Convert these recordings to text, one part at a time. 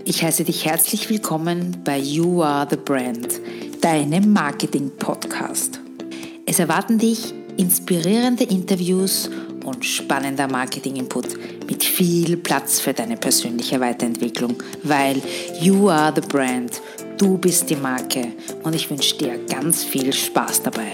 Ich heiße dich herzlich willkommen bei You Are the Brand, deinem Marketing-Podcast. Es erwarten dich inspirierende Interviews und spannender Marketing-Input mit viel Platz für deine persönliche Weiterentwicklung, weil You Are the Brand, du bist die Marke und ich wünsche dir ganz viel Spaß dabei.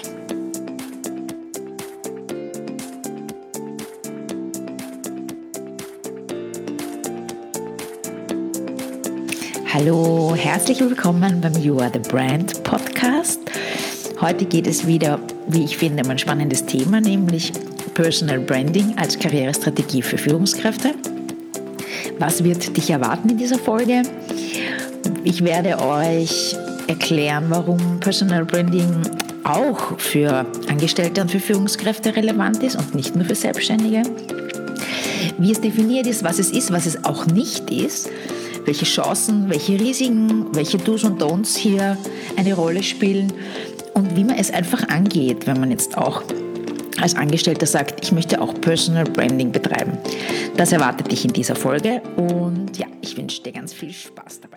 Hallo, herzlich willkommen beim You Are the Brand Podcast. Heute geht es wieder, wie ich finde, um ein spannendes Thema, nämlich Personal Branding als Karrierestrategie für Führungskräfte. Was wird dich erwarten in dieser Folge? Ich werde euch erklären, warum Personal Branding auch für Angestellte und für Führungskräfte relevant ist und nicht nur für Selbstständige. Wie es definiert ist, was es auch nicht ist, welche Chancen, welche Risiken, welche Do's und Don'ts hier eine Rolle spielen und wie man es einfach angeht, wenn man jetzt auch als Angestellter sagt, ich möchte auch Personal Branding betreiben. Das erwartet dich in dieser Folge und ja, ich wünsche dir ganz viel Spaß dabei.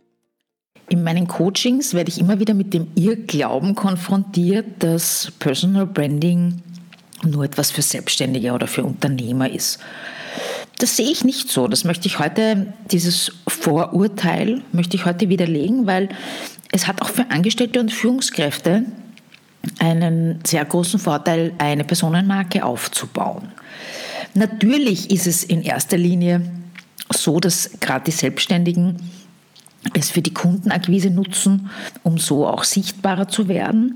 In meinen Coachings werde ich immer wieder mit dem Irrglauben konfrontiert, dass Personal Branding nur etwas für Selbstständige oder für Unternehmer ist. Das sehe ich nicht so. Dieses Vorurteil möchte ich heute widerlegen, weil es hat auch für Angestellte und Führungskräfte einen sehr großen Vorteil, eine Personenmarke aufzubauen. Natürlich ist es in erster Linie so, dass gerade die Selbstständigen es für die Kundenakquise nutzen, um so auch sichtbarer zu werden.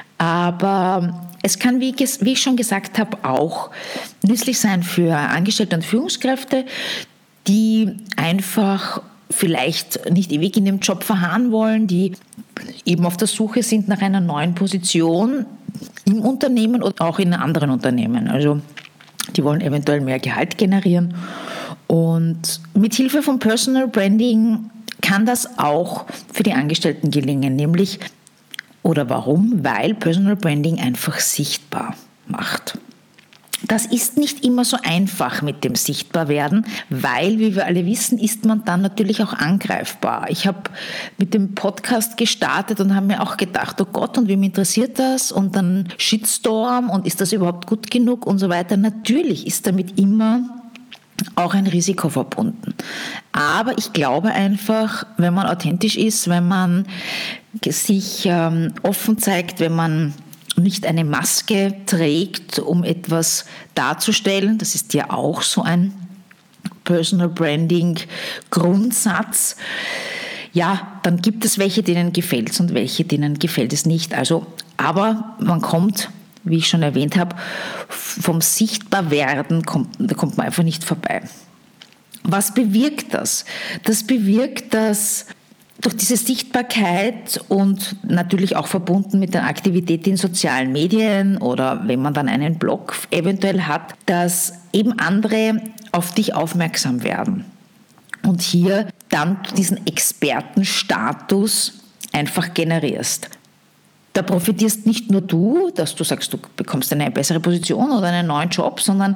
Aber es kann, wie ich schon gesagt habe, auch nützlich sein für Angestellte und Führungskräfte, die einfach vielleicht nicht ewig in dem Job verharren wollen, die eben auf der Suche sind nach einer neuen Position im Unternehmen oder auch in anderen Unternehmen. Also die wollen eventuell mehr Gehalt generieren. Und mit Hilfe von Personal Branding kann das auch für die Angestellten gelingen, nämlich oder warum? Weil Personal Branding einfach sichtbar macht. Das ist nicht immer so einfach mit dem Sichtbarwerden, weil, wie wir alle wissen, ist man dann natürlich auch angreifbar. Ich habe mit dem Podcast gestartet und habe mir auch gedacht, oh Gott, und wem interessiert das? Und dann Shitstorm und ist das überhaupt gut genug und so weiter. Natürlich ist damit immer auch ein Risiko verbunden. Aber ich glaube einfach, wenn man authentisch ist, wenn man sich offen zeigt, wenn man nicht eine Maske trägt, um etwas darzustellen, das ist ja auch so ein Personal Branding Grundsatz, ja, dann gibt es welche, denen gefällt es und welche, denen gefällt es nicht. Aber man kommt, wie ich schon erwähnt habe, vom Sichtbarwerden da kommt man einfach nicht vorbei. Was bewirkt das? Das bewirkt, dass durch diese Sichtbarkeit und natürlich auch verbunden mit der Aktivität in sozialen Medien oder wenn man dann einen Blog eventuell hat, dass eben andere auf dich aufmerksam werden und hier dann diesen Expertenstatus einfach generierst. Da profitierst nicht nur du, dass du sagst, du bekommst eine bessere Position oder einen neuen Job, sondern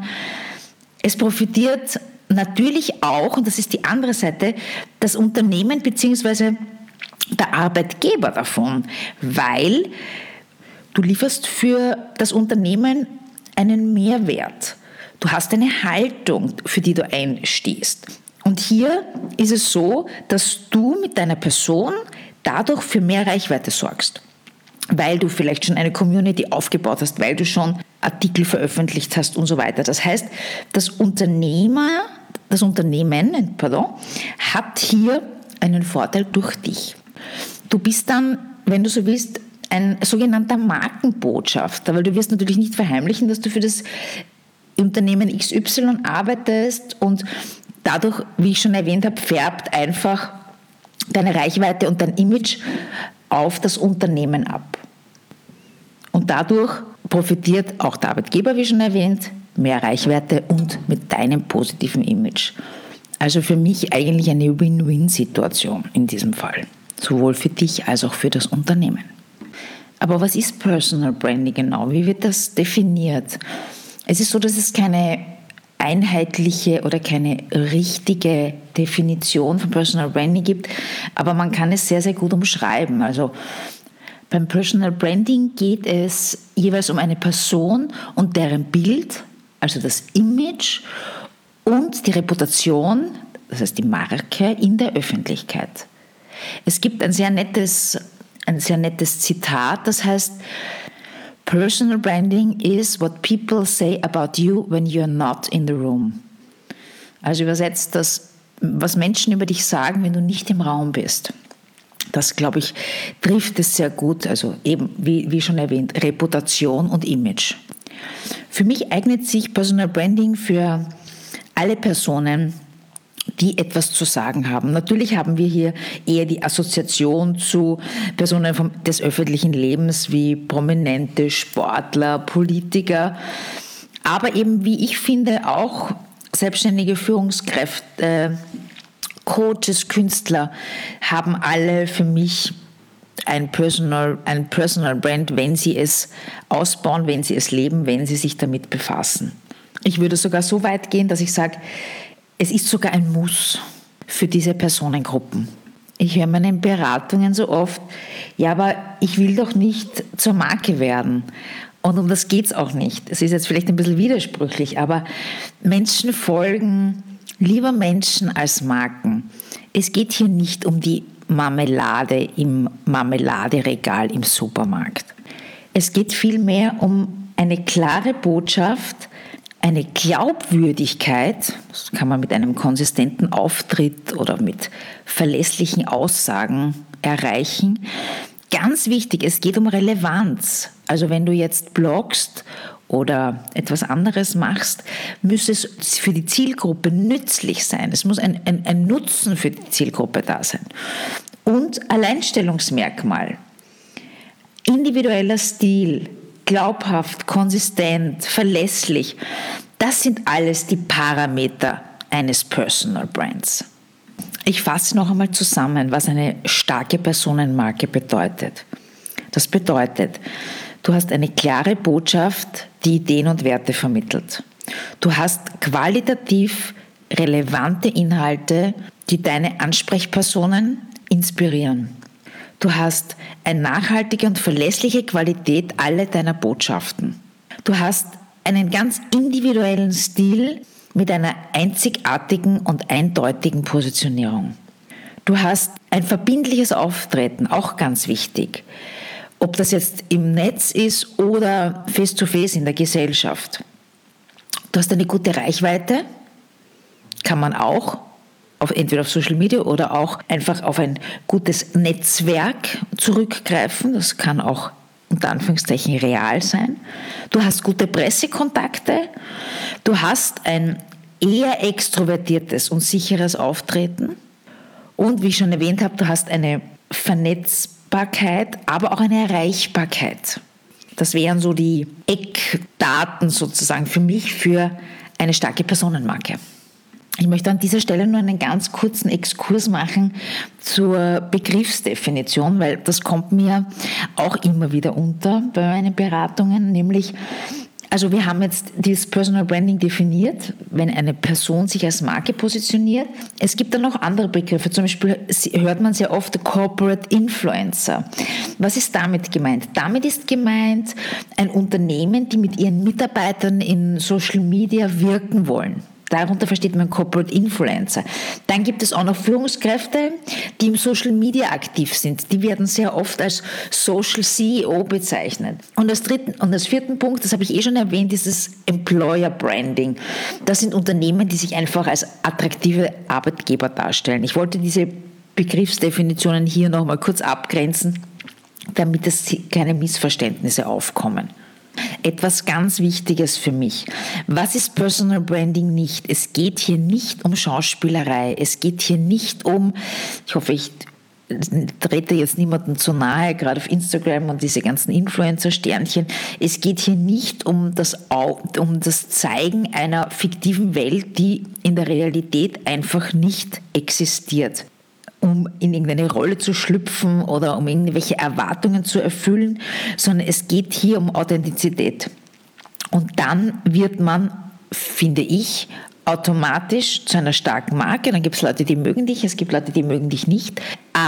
es profitiert natürlich auch, und das ist die andere Seite, das Unternehmen bzw. der Arbeitgeber davon, weil du lieferst für das Unternehmen einen Mehrwert. Du hast eine Haltung, für die du einstehst. Und hier ist es so, dass du mit deiner Person dadurch für mehr Reichweite sorgst, weil du vielleicht schon eine Community aufgebaut hast, weil du schon Artikel veröffentlicht hast und so weiter. Das heißt, das Unternehmen hat hier einen Vorteil durch dich. Du bist dann, wenn du so willst, ein sogenannter Markenbotschafter, weil du wirst natürlich nicht verheimlichen, dass du für das Unternehmen XY arbeitest und dadurch, wie ich schon erwähnt habe, färbt einfach deine Reichweite und dein Image auf das Unternehmen ab. Und dadurch profitiert auch der Arbeitgeber, wie schon erwähnt, mehr Reichweite und mit deinem positiven Image. Also für mich eigentlich eine Win-Win-Situation in diesem Fall, sowohl für dich als auch für das Unternehmen. Aber was ist Personal Branding genau? Wie wird das definiert? Es ist so, dass es keine einheitliche oder keine richtige Definition von Personal Branding gibt, aber man kann es sehr, sehr gut umschreiben. Also beim Personal Branding geht es jeweils um eine Person und deren Bild, also das Image und die Reputation, das heißt die Marke in der Öffentlichkeit. Es gibt ein sehr nettes Zitat, das heißt, Personal Branding is what people say about you when you're not in the room. Also übersetzt das, was Menschen über dich sagen, wenn du nicht im Raum bist. Das, glaube ich, trifft es sehr gut. Also eben, wie schon erwähnt, Reputation und Image. Für mich eignet sich Personal Branding für alle Personen, die etwas zu sagen haben. Natürlich haben wir hier eher die Assoziation zu Personen des öffentlichen Lebens wie Prominente, Sportler, Politiker, aber eben, wie ich finde, auch selbstständige Führungskräfte, Coaches, Künstler haben alle für mich ein Personal Brand, wenn sie es ausbauen, wenn sie es leben, wenn sie sich damit befassen. Ich würde sogar so weit gehen, dass ich sage, es ist sogar ein Muss für diese Personengruppen. Ich höre in meinen Beratungen so oft, ja, aber ich will doch nicht zur Marke werden. Und um das geht es auch nicht. Es ist jetzt vielleicht ein bisschen widersprüchlich, aber Menschen folgen lieber Menschen als Marken. Es geht hier nicht um die Marmelade im Marmeladeregal im Supermarkt. Es geht vielmehr um eine klare Botschaft, eine Glaubwürdigkeit, das kann man mit einem konsistenten Auftritt oder mit verlässlichen Aussagen erreichen. Ganz wichtig, es geht um Relevanz. Also wenn du jetzt bloggst oder etwas anderes machst, muss es für die Zielgruppe nützlich sein. Es muss ein Nutzen für die Zielgruppe da sein. Und Alleinstellungsmerkmal, individueller Stil, glaubhaft, konsistent, verlässlich, das sind alles die Parameter eines Personal Brands. Ich fasse noch einmal zusammen, was eine starke Personenmarke bedeutet. Das bedeutet, du hast eine klare Botschaft, die Ideen und Werte vermittelt. Du hast qualitativ relevante Inhalte, die deine Ansprechpersonen inspirieren. Du hast eine nachhaltige und verlässliche Qualität aller deiner Botschaften. Du hast einen ganz individuellen Stil mit einer einzigartigen und eindeutigen Positionierung. Du hast ein verbindliches Auftreten, auch ganz wichtig. Ob das jetzt im Netz ist oder face-to-face in der Gesellschaft. Du hast eine gute Reichweite, kann man auch entweder auf Social Media oder auch einfach auf ein gutes Netzwerk zurückgreifen. Das kann auch unter Anführungszeichen real sein. Du hast gute Pressekontakte. Du hast ein eher extrovertiertes und sicheres Auftreten. Und wie ich schon erwähnt habe, du hast eine Vernetzbarkeit, aber auch eine Erreichbarkeit. Das wären so die Eckdaten sozusagen für mich für eine starke Personenmarke. Ich möchte an dieser Stelle nur einen ganz kurzen Exkurs machen zur Begriffsdefinition, weil das kommt mir auch immer wieder unter bei meinen Beratungen, nämlich, also wir haben jetzt dieses Personal Branding definiert, wenn eine Person sich als Marke positioniert. Es gibt dann noch andere Begriffe, zum Beispiel hört man sehr oft Corporate Influencer. Was ist damit gemeint? Damit ist gemeint ein Unternehmen, die mit ihren Mitarbeitern in Social Media wirken wollen. Darunter versteht man Corporate Influencer. Dann gibt es auch noch Führungskräfte, die im Social Media aktiv sind. Die werden sehr oft als Social CEO bezeichnet. Und als vierten Punkt, das habe ich schon erwähnt, ist das Employer Branding. Das sind Unternehmen, die sich einfach als attraktive Arbeitgeber darstellen. Ich wollte diese Begriffsdefinitionen hier nochmal kurz abgrenzen, damit es keine Missverständnisse aufkommen. Etwas ganz Wichtiges für mich. Was ist Personal Branding nicht? Es geht hier nicht um Schauspielerei. Es geht hier nicht um, ich hoffe, ich trete jetzt niemandem zu nahe, gerade auf Instagram und diese ganzen Influencer-Sternchen. Es geht hier nicht um das Zeigen einer fiktiven Welt, die in der Realität einfach nicht existiert, um in irgendeine Rolle zu schlüpfen oder um irgendwelche Erwartungen zu erfüllen, sondern es geht hier um Authentizität. Und dann wird man finde ich, automatisch zu einer starken Marke. Dann gibt es Leute, die mögen dich, es gibt Leute, die mögen dich nicht.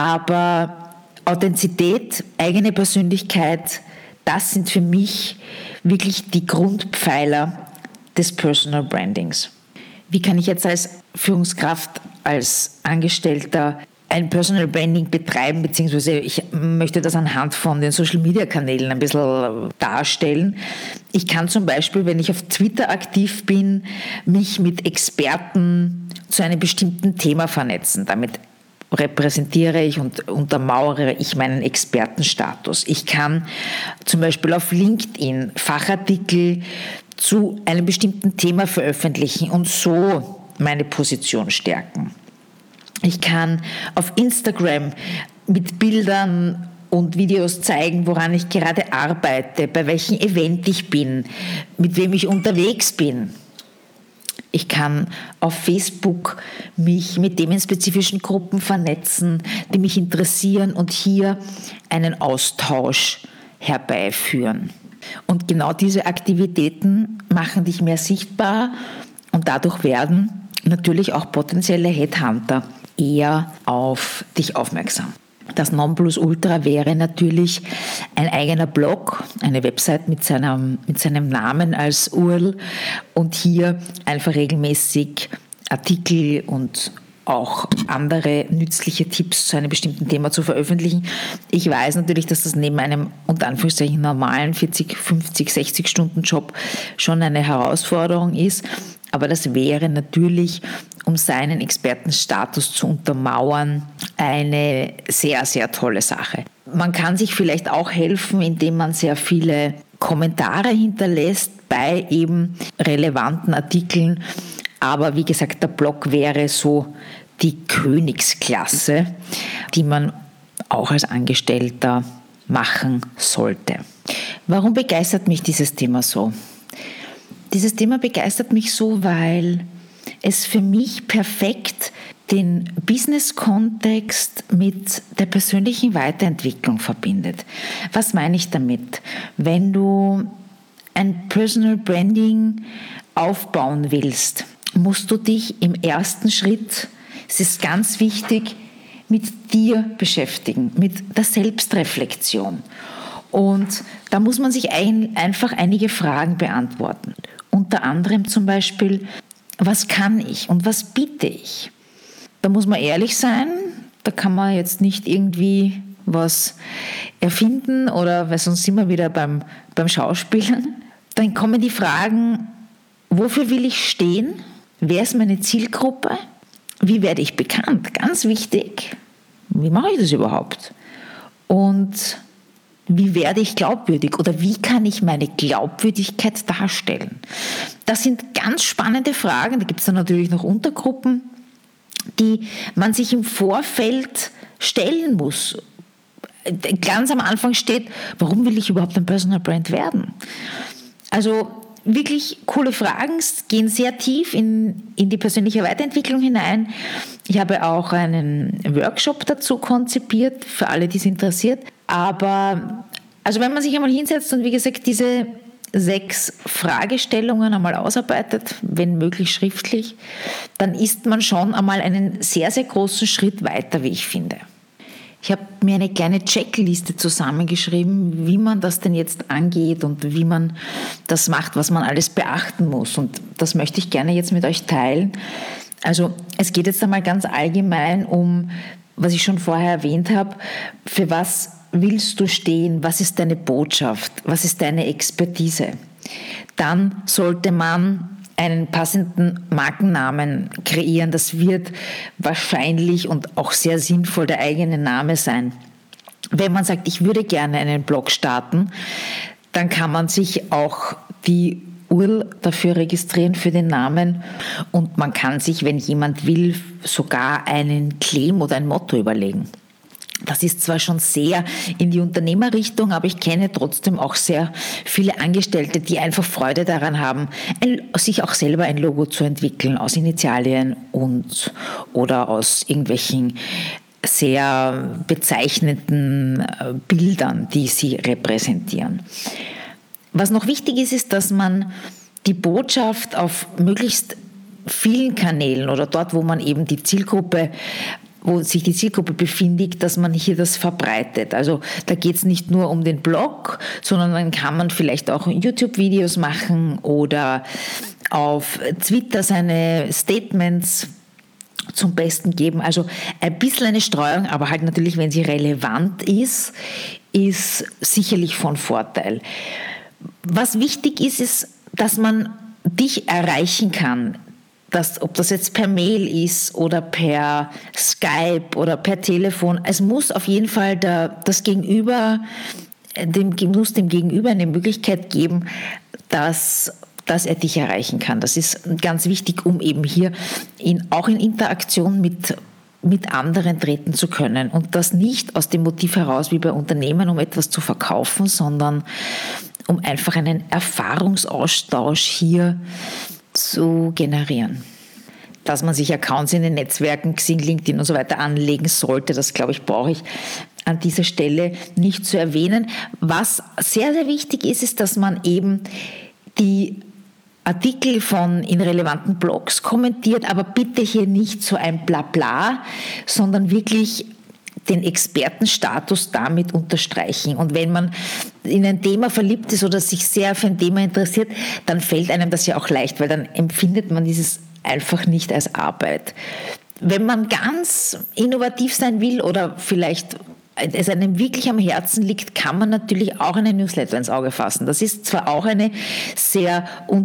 Aber Authentizität, eigene Persönlichkeit, das sind für mich wirklich die Grundpfeiler des Personal Brandings. Wie kann ich jetzt als Führungskraft, als Angestellter ein Personal Branding betreiben, beziehungsweise ich möchte das anhand von den Social-Media-Kanälen ein bisschen darstellen. Ich kann zum Beispiel, wenn ich auf Twitter aktiv bin, mich mit Experten zu einem bestimmten Thema vernetzen. Damit repräsentiere ich und untermauere ich meinen Expertenstatus. Ich kann zum Beispiel auf LinkedIn Fachartikel zu einem bestimmten Thema veröffentlichen und so meine Position stärken. Ich kann auf Instagram mit Bildern und Videos zeigen, woran ich gerade arbeite, bei welchem Event ich bin, mit wem ich unterwegs bin. Ich kann auf Facebook mich mit themenspezifischen Gruppen vernetzen, die mich interessieren und hier einen Austausch herbeiführen. Und genau diese Aktivitäten machen dich mehr sichtbar und dadurch werden natürlich auch potenzielle Headhunter eher auf dich aufmerksam. Das Nonplusultra wäre natürlich ein eigener Blog, eine Website mit seinem Namen als URL und hier einfach regelmäßig Artikel und auch andere nützliche Tipps zu einem bestimmten Thema zu veröffentlichen. Ich weiß natürlich, dass das neben einem unter Anführungszeichen normalen 40, 50, 60 Stunden Job schon eine Herausforderung ist, aber das wäre natürlich, um seinen Expertenstatus zu untermauern, eine sehr, sehr tolle Sache. Man kann sich vielleicht auch helfen, indem man sehr viele Kommentare hinterlässt bei eben relevanten Artikeln. Aber wie gesagt, der Blog wäre so die Königsklasse, die man auch als Angestellter machen sollte. Warum begeistert mich dieses Thema so? Dieses Thema begeistert mich so, weil es für mich perfekt den Business-Kontext mit der persönlichen Weiterentwicklung verbindet. Was meine ich damit? Wenn du ein Personal Branding aufbauen willst, musst du dich im ersten Schritt, es ist ganz wichtig, mit dir beschäftigen, mit der Selbstreflexion. Und da muss man sich einfach einige Fragen beantworten. Unter anderem zum Beispiel, was kann ich und was biete ich? Da muss man ehrlich sein, da kann man jetzt nicht irgendwie was erfinden oder, weil sonst sind wir wieder beim Schauspielen. Dann kommen die Fragen, wofür will ich stehen? Wer ist meine Zielgruppe? Wie werde ich bekannt? Ganz wichtig. Wie mache ich das überhaupt? Und wie werde ich glaubwürdig oder wie kann ich meine Glaubwürdigkeit darstellen? Das sind ganz spannende Fragen. Da gibt es dann natürlich noch Untergruppen, die man sich im Vorfeld stellen muss. Ganz am Anfang steht, warum will ich überhaupt ein Personal Brand werden? Also wirklich coole Fragen, gehen sehr tief in die persönliche Weiterentwicklung hinein. Ich habe auch einen Workshop dazu konzipiert, für alle, die es interessiert. Aber also wenn man sich einmal hinsetzt und wie gesagt diese 6 Fragestellungen einmal ausarbeitet, wenn möglich schriftlich, dann ist man schon einmal einen sehr, sehr großen Schritt weiter, wie ich finde. Ich habe mir eine kleine Checkliste zusammengeschrieben, wie man das denn jetzt angeht und wie man das macht, was man alles beachten muss. Und das möchte ich gerne jetzt mit euch teilen. Also es geht jetzt einmal ganz allgemein um, was ich schon vorher erwähnt habe, für was willst du stehen, was ist deine Botschaft, was ist deine Expertise. Dann sollte man einen passenden Markennamen kreieren. Das wird wahrscheinlich und auch sehr sinnvoll der eigene Name sein. Wenn man sagt, ich würde gerne einen Blog starten, dann kann man sich auch die URL dafür registrieren für den Namen und man kann sich, wenn jemand will, sogar einen Claim oder ein Motto überlegen. Das ist zwar schon sehr in die Unternehmerrichtung, aber ich kenne trotzdem auch sehr viele Angestellte, die einfach Freude daran haben, sich auch selber ein Logo zu entwickeln aus Initialien oder aus irgendwelchen sehr bezeichnenden Bildern, die sie repräsentieren. Was noch wichtig ist, ist, dass man die Botschaft auf möglichst vielen Kanälen oder dort, wo man eben wo sich die Zielgruppe befindet, dass man hier das verbreitet. Also da geht es nicht nur um den Blog, sondern dann kann man vielleicht auch YouTube-Videos machen oder auf Twitter seine Statements zum Besten geben. Also ein bisschen eine Streuung, aber halt natürlich, wenn sie relevant ist sicherlich von Vorteil. Was wichtig ist, dass man dich erreichen kann. Ob das jetzt per Mail ist oder per Skype oder per Telefon, es muss auf jeden Fall dem Gegenüber eine Möglichkeit geben, dass er dich erreichen kann. Das ist ganz wichtig, um eben hier auch in Interaktion mit anderen treten zu können. Und das nicht aus dem Motiv heraus wie bei Unternehmen, um etwas zu verkaufen, sondern um einfach einen Erfahrungsaustausch hier zu generieren. Dass man sich Accounts in den Netzwerken, Xing, LinkedIn und so weiter anlegen sollte, das glaube ich, brauche ich an dieser Stelle nicht zu erwähnen. Was sehr, sehr wichtig ist, dass man eben die Artikel in relevanten Blogs kommentiert, aber bitte hier nicht so ein Blabla, sondern wirklich den Expertenstatus damit unterstreichen. Und wenn man in ein Thema verliebt ist oder sich sehr für ein Thema interessiert, dann fällt einem das ja auch leicht, weil dann empfindet man dieses einfach nicht als Arbeit. Wenn man ganz innovativ sein will oder vielleicht es einem wirklich am Herzen liegt, kann man natürlich auch eine Newsletter ins Auge fassen. Das ist zwar auch eine sehr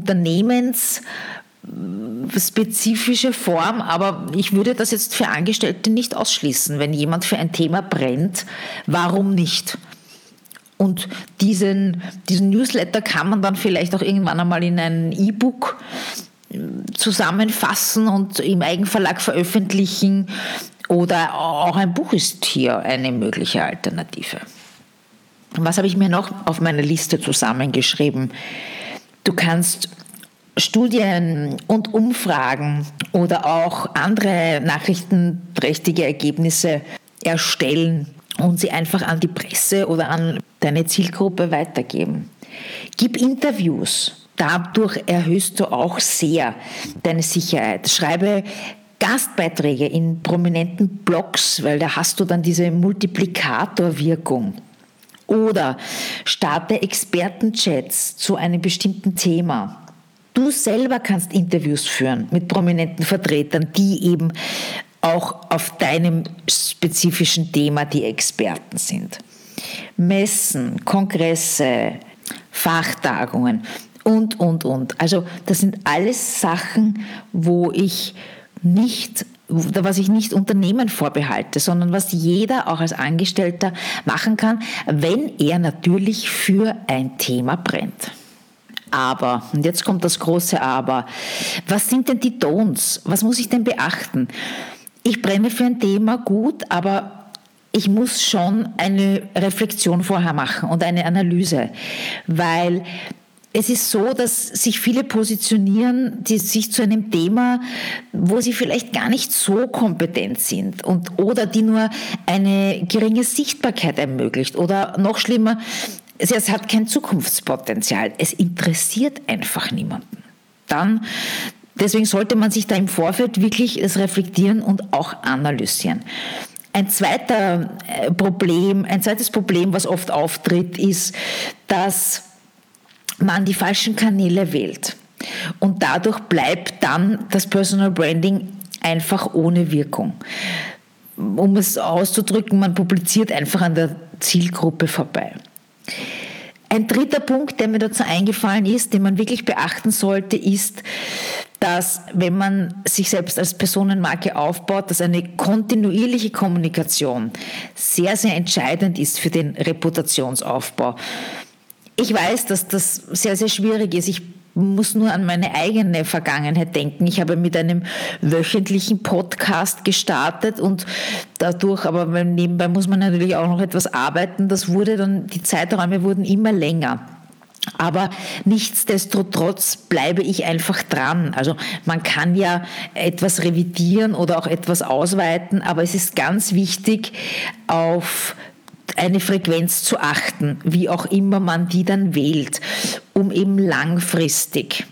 unternehmensspezifische Form, aber ich würde das jetzt für Angestellte nicht ausschließen. Wenn jemand für ein Thema brennt, warum nicht? Und diesen Newsletter kann man dann vielleicht auch irgendwann einmal in ein E-Book zusammenfassen und im Eigenverlag veröffentlichen. Oder auch ein Buch ist hier eine mögliche Alternative. Was habe ich mir noch auf meiner Liste zusammengeschrieben? Du kannst Studien und Umfragen oder auch andere nachrichtenträchtige Ergebnisse erstellen und sie einfach an die Presse oder an deine Zielgruppe weitergeben. Gib Interviews. Dadurch erhöhst du auch sehr deine Sicherheit. Schreibe Gastbeiträge in prominenten Blogs, weil da hast du dann diese Multiplikatorwirkung. Oder starte Expertenchats zu einem bestimmten Thema. Du selber kannst Interviews führen mit prominenten Vertretern, die eben auch auf deinem spezifischen Thema die Experten sind. Messen, Kongresse, Fachtagungen und. Also das sind alles Sachen, was ich nicht Unternehmen vorbehalte, sondern was jeder auch als Angestellter machen kann, wenn er natürlich für ein Thema brennt. Aber, und jetzt kommt das große Aber, was sind denn die Don'ts? Was muss ich denn beachten? Ich brenne für ein Thema gut, aber ich muss schon eine Reflexion vorher machen und eine Analyse, weil es ist so, dass sich viele positionieren, die sich zu einem Thema, wo sie vielleicht gar nicht so kompetent sind oder die nur eine geringe Sichtbarkeit ermöglicht oder noch schlimmer, es hat kein Zukunftspotenzial. Es interessiert einfach niemanden. Deswegen sollte man sich da im Vorfeld wirklich das reflektieren und auch analysieren. Ein zweites Problem, was oft auftritt, ist, dass man die falschen Kanäle wählt. Und dadurch bleibt dann das Personal Branding einfach ohne Wirkung. Um es auszudrücken, man publiziert einfach an der Zielgruppe vorbei. Ein dritter Punkt, der mir dazu eingefallen ist, den man wirklich beachten sollte, ist, dass wenn man sich selbst als Personenmarke aufbaut, dass eine kontinuierliche Kommunikation sehr, sehr entscheidend ist für den Reputationsaufbau. Ich weiß, dass das sehr, sehr schwierig ist. Ich muss nur an meine eigene Vergangenheit denken. Ich habe mit einem wöchentlichen Podcast gestartet und dadurch, aber nebenbei muss man natürlich auch noch etwas arbeiten. Die Zeiträume wurden immer länger. Aber nichtsdestotrotz bleibe ich einfach dran. Also man kann ja etwas revidieren oder auch etwas ausweiten, aber es ist ganz wichtig, auf eine Frequenz zu achten, wie auch immer man die dann wählt, um eben langfristig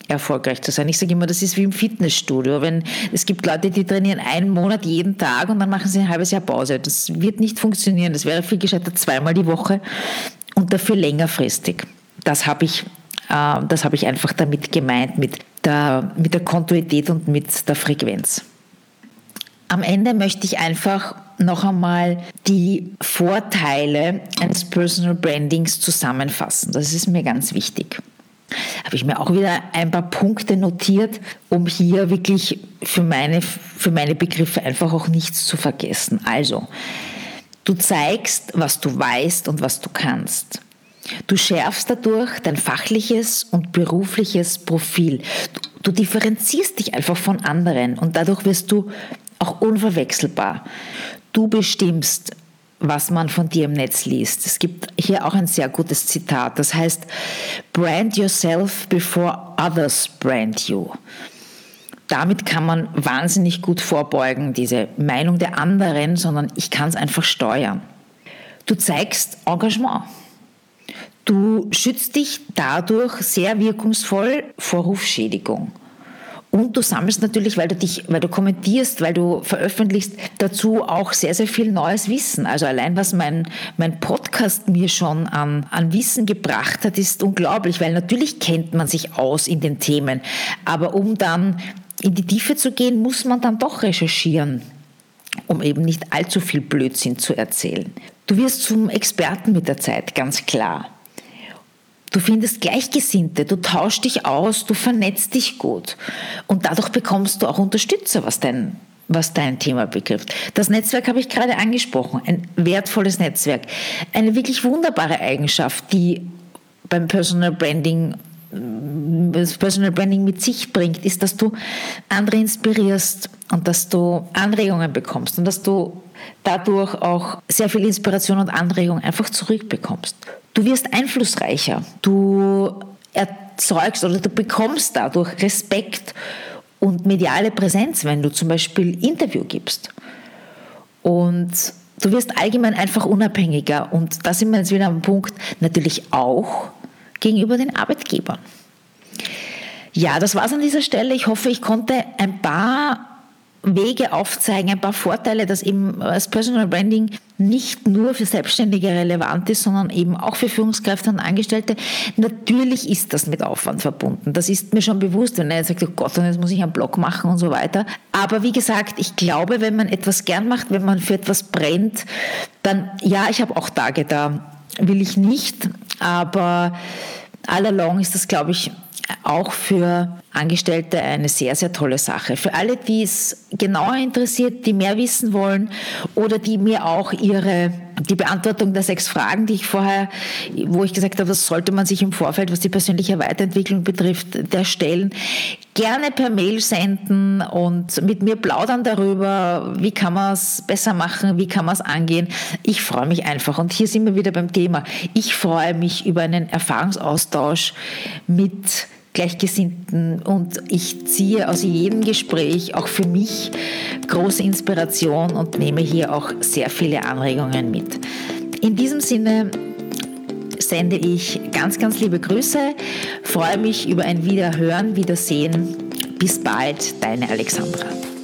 erfolgreich zu sein. Ich sage immer, das ist wie im Fitnessstudio. Es gibt Leute, die trainieren einen Monat jeden Tag und dann machen sie ein halbes Jahr Pause. Das wird nicht funktionieren. Das wäre viel gescheiter 2-mal die Woche und dafür längerfristig. Das habe ich einfach damit gemeint, mit der Kontinuität und mit der Frequenz. Am Ende möchte ich einfach noch einmal die Vorteile eines Personal Brandings zusammenfassen. Das ist mir ganz wichtig. Habe ich mir auch wieder ein paar Punkte notiert, um hier wirklich für meine Begriffe einfach auch nichts zu vergessen. Also, du zeigst, was du weißt und was du kannst. Du schärfst dadurch dein fachliches und berufliches Profil. Du differenzierst dich einfach von anderen und dadurch wirst du auch unverwechselbar. Du bestimmst, was man von dir im Netz liest. Es gibt hier auch ein sehr gutes Zitat, das heißt, brand yourself before others brand you. Damit kann man wahnsinnig gut vorbeugen, diese Meinung der anderen, sondern ich kann es einfach steuern. Du zeigst Engagement. Du schützt dich dadurch sehr wirkungsvoll vor Rufschädigung. Und du sammelst natürlich, weil du kommentierst, weil du veröffentlichst, dazu auch sehr, sehr viel neues Wissen. Also allein, was mein Podcast mir schon an Wissen gebracht hat, ist unglaublich, weil natürlich kennt man sich aus in den Themen. Aber um dann in die Tiefe zu gehen, muss man dann doch recherchieren, um eben nicht allzu viel Blödsinn zu erzählen. Du wirst zum Experten mit der Zeit, ganz klar. Du findest Gleichgesinnte, du tauschst dich aus, du vernetzt dich gut und dadurch bekommst du auch Unterstützer, was dein Thema betrifft. Das Netzwerk habe ich gerade angesprochen, ein wertvolles Netzwerk, eine wirklich wunderbare Eigenschaft, die beim Personal Branding mit sich bringt, ist, dass du andere inspirierst und dass du Anregungen bekommst und dass du dadurch auch sehr viel Inspiration und Anregung einfach zurückbekommst. Du wirst einflussreicher, du erzeugst oder du bekommst dadurch Respekt und mediale Präsenz, wenn du zum Beispiel Interview gibst. Und du wirst allgemein einfach unabhängiger und da sind wir jetzt wieder am Punkt, natürlich auch gegenüber den Arbeitgebern. Ja, das war's an dieser Stelle. Ich hoffe, ich konnte ein paar Wege aufzeigen, ein paar Vorteile, dass eben das Personal Branding nicht nur für Selbstständige relevant ist, sondern eben auch für Führungskräfte und Angestellte. Natürlich ist das mit Aufwand verbunden. Das ist mir schon bewusst, wenn er jetzt sagt, oh Gott, und jetzt muss ich einen Blog machen und so weiter. Aber wie gesagt, ich glaube, wenn man etwas gern macht, wenn man für etwas brennt, dann, ja, ich habe auch Tage, da will ich nicht, aber all along ist das, glaube ich, auch für Angestellte eine sehr, sehr tolle Sache. Für alle, die es genauer interessiert, die mehr wissen wollen oder die mir auch die Beantwortung der 6 Fragen, wo ich gesagt habe, das sollte man sich im Vorfeld, was die persönliche Weiterentwicklung betrifft, stellen, gerne per Mail senden und mit mir plaudern darüber, wie kann man es besser machen, wie kann man es angehen. Ich freue mich einfach und hier sind wir wieder beim Thema. Ich freue mich über einen Erfahrungsaustausch mit Gleichgesinnten und ich ziehe aus jedem Gespräch auch für mich große Inspiration und nehme hier auch sehr viele Anregungen mit. In diesem Sinne sende ich ganz, ganz liebe Grüße, freue mich über ein Wiederhören, Wiedersehen. Bis bald, deine Alexandra.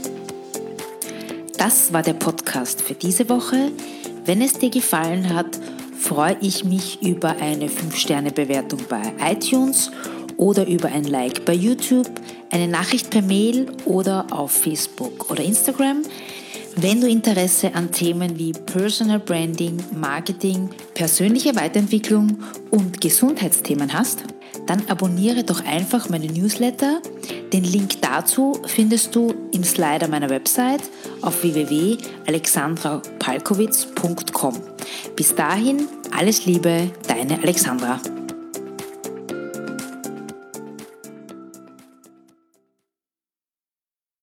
Das war der Podcast für diese Woche. Wenn es dir gefallen hat, freue ich mich über eine 5-Sterne-Bewertung bei iTunes oder über ein Like bei YouTube, eine Nachricht per Mail oder auf Facebook oder Instagram. Wenn du Interesse an Themen wie Personal Branding, Marketing, persönliche Weiterentwicklung und Gesundheitsthemen hast, dann abonniere doch einfach meine Newsletter. Den Link dazu findest du im Slider meiner Website auf www.alexandrapalkowitz.com. Bis dahin, alles Liebe, deine Alexandra.